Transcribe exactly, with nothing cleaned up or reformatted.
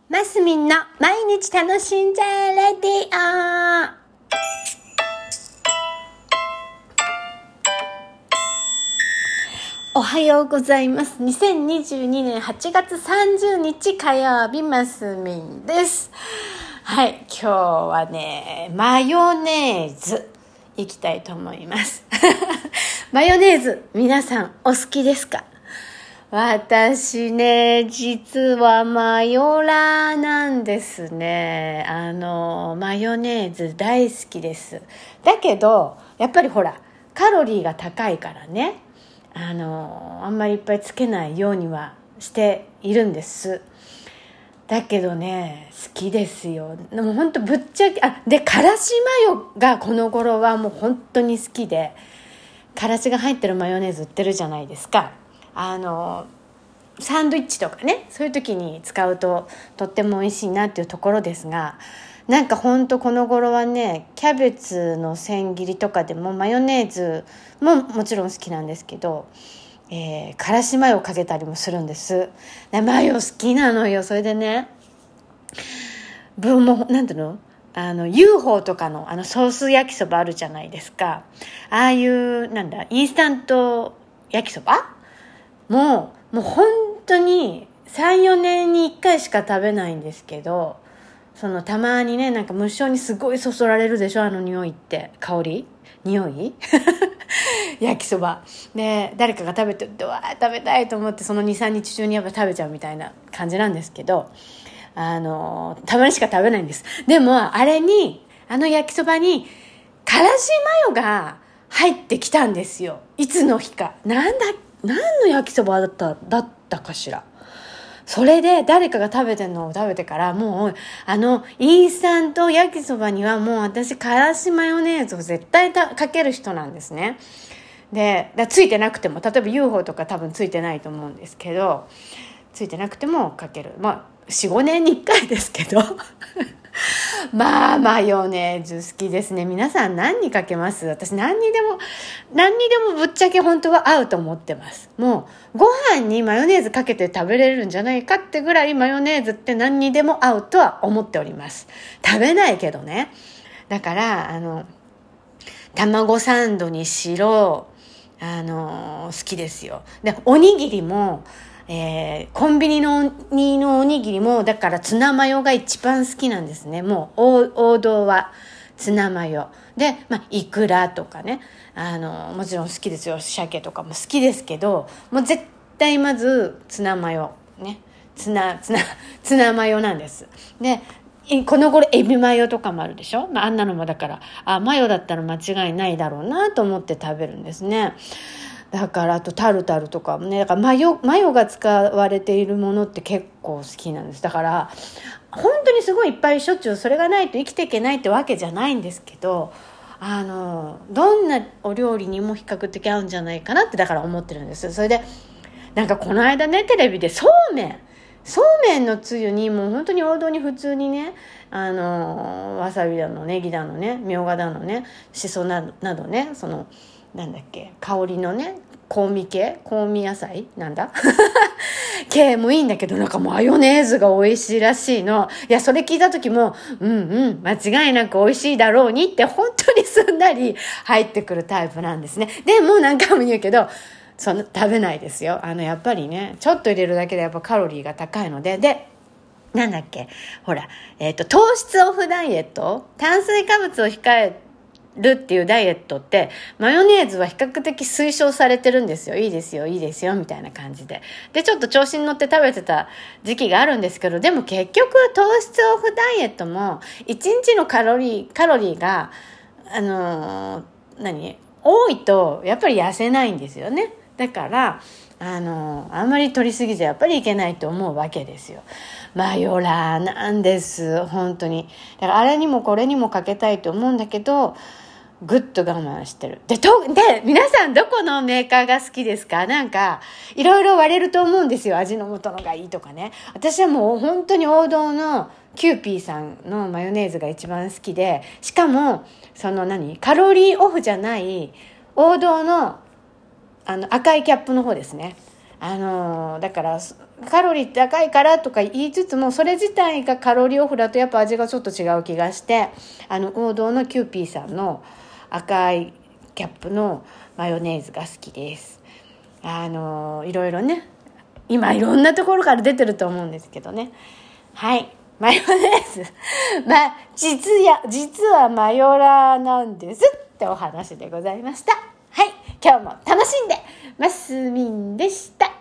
マスミンの毎日楽しんじゃえレディオ。おはようございます。にせんにじゅうにねんはちがつさんじゅうにち火曜日、マスミンです。はい、今日はね、マヨネーズいきたいと思いますマヨネーズ、皆さんお好きですか？私ね、実はマヨラーなんですね。あの、マヨネーズ大好きです。だけど、やっぱりほら、カロリーが高いからね、あの、あんまりいっぱいつけないようにはしているんです。だけどね、好きですよ。でも本当ぶっちゃけ、あ、で、からしマヨがこの頃はもう本当に好きで、からしが入ってるマヨネーズ売ってるじゃないですか。あのサンドイッチとかね、そういう時に使うととっても美味しいなっていうところですが、なんかほんとこの頃はね、キャベツの千切りとかでもマヨネーズももちろん好きなんですけど、えー、からしマヨかけたりもするんです。でマヨ好きなのよ。それでね、ぶもうなんていうの、あの ユーフォー とかのあのソース焼きそばあるじゃないですか。ああいうなんだインスタント焼きそばもうもう本当に さん,よ 年にいっかいしか食べないんですけど、そのたまにね、なんか無性にすごいそそられるでしょ、あの匂いって、香り匂い焼きそばで、誰かが食べてうわー食べたいと思って、その に,さん 日中にやっぱ食べちゃうみたいな感じなんですけど、あのたまにしか食べないんです。でもあれに、あの焼きそばにからしマヨが入ってきたんですよ。いつの日か、なんだ何の焼きそばだっただったかしら。それで誰かが食べてるのを食べてから、もうあのインスタント焼きそばにはもう私からしマヨネーズを絶対かける人なんですね。でだついてなくても、例えば ユーフォー とか多分ついてないと思うんですけど、ついてなくてもかける。まあ よん,ご 年にいっかいですけどまあマヨネーズ好きですね。皆さん何にかけます？私何にでも何にでもぶっちゃけ本当は合うと思ってます。もうご飯にマヨネーズかけて食べれるんじゃないかってぐらい、マヨネーズって何にでも合うとは思っております。食べないけどね。だからあの卵サンドにしろ、あの好きですよ。でおにぎりも、えー、コンビニのにのおにぎりもだからツナマヨが一番好きなんですね。もう王道はツナマヨで、まあ、イクラとかね、あのもちろん好きですよ。鮭とかも好きですけど、もう絶対まずツナマヨね、ツナツナツナマヨなんです。でこの頃エビマヨとかもあるでしょ、まあ、あんなのもだから、あマヨだったら間違いないだろうなと思って食べるんですね。だからあとタルタルとかもね、だからマヨ、マヨが使われているものって結構好きなんです。だから本当にすごいいっぱいしょっちゅうそれがないと生きていけないってわけじゃないんですけど、あのどんなお料理にも比較的合うんじゃないかなってだから思ってるんです。それでなんかこの間ね、テレビでそうめんそうめんのつゆにもう本当に王道に普通にね、あのわさびだのネギだのね、みょうがだのね、しそなどなどね、そのなんだっけ、香りのね、香味系香味野菜なんだ系もいいんだけど、なんかマヨネーズが美味しいらしいの。いやそれ聞いた時もうんうん間違いなく美味しいだろうにって本当にすんなり入ってくるタイプなんですね。でも何回も言うけど、その食べないですよ。あのやっぱりね、ちょっと入れるだけでやっぱカロリーが高いので。でなんだっけ、ほら、えっと糖質オフダイエット、炭水化物を控えるっていうダイエットってマヨネーズは比較的推奨されてるんですよ。いいですよいいですよみたいな感じで、でちょっと調子に乗って食べてた時期があるんですけど、でも結局糖質オフダイエットもいちにちのカロリーカロリーがあのー、何多いとやっぱり痩せないんですよね。だからあのあんまり取りすぎじゃやっぱりいけないと思うわけですよ。マヨラーなんです本当に。だからあれにもこれにもかけたいと思うんだけど、ぐっと我慢してる。で、と、で、皆さんどこのメーカーが好きですか？なんか、いろいろ割れると思うんですよ。味の素のがいいとかね。私はもう本当に王道のキューピーさんのマヨネーズが一番好きで、しかも、その何？カロリーオフじゃない、王道の、あの、赤いキャップの方ですね。あの、だから、 カロリー高いからとか言いつつも、それ自体がカロリーオフだとやっぱ味がちょっと違う気がして、あの王道のキューピーさんの赤いキャップのマヨネーズが好きです。あのいろいろね、今いろんなところから出てると思うんですけどね。はい、マヨネーズまあ実や実はマヨラーなんですってお話でございました。はい、今日も楽しんでますみんでした。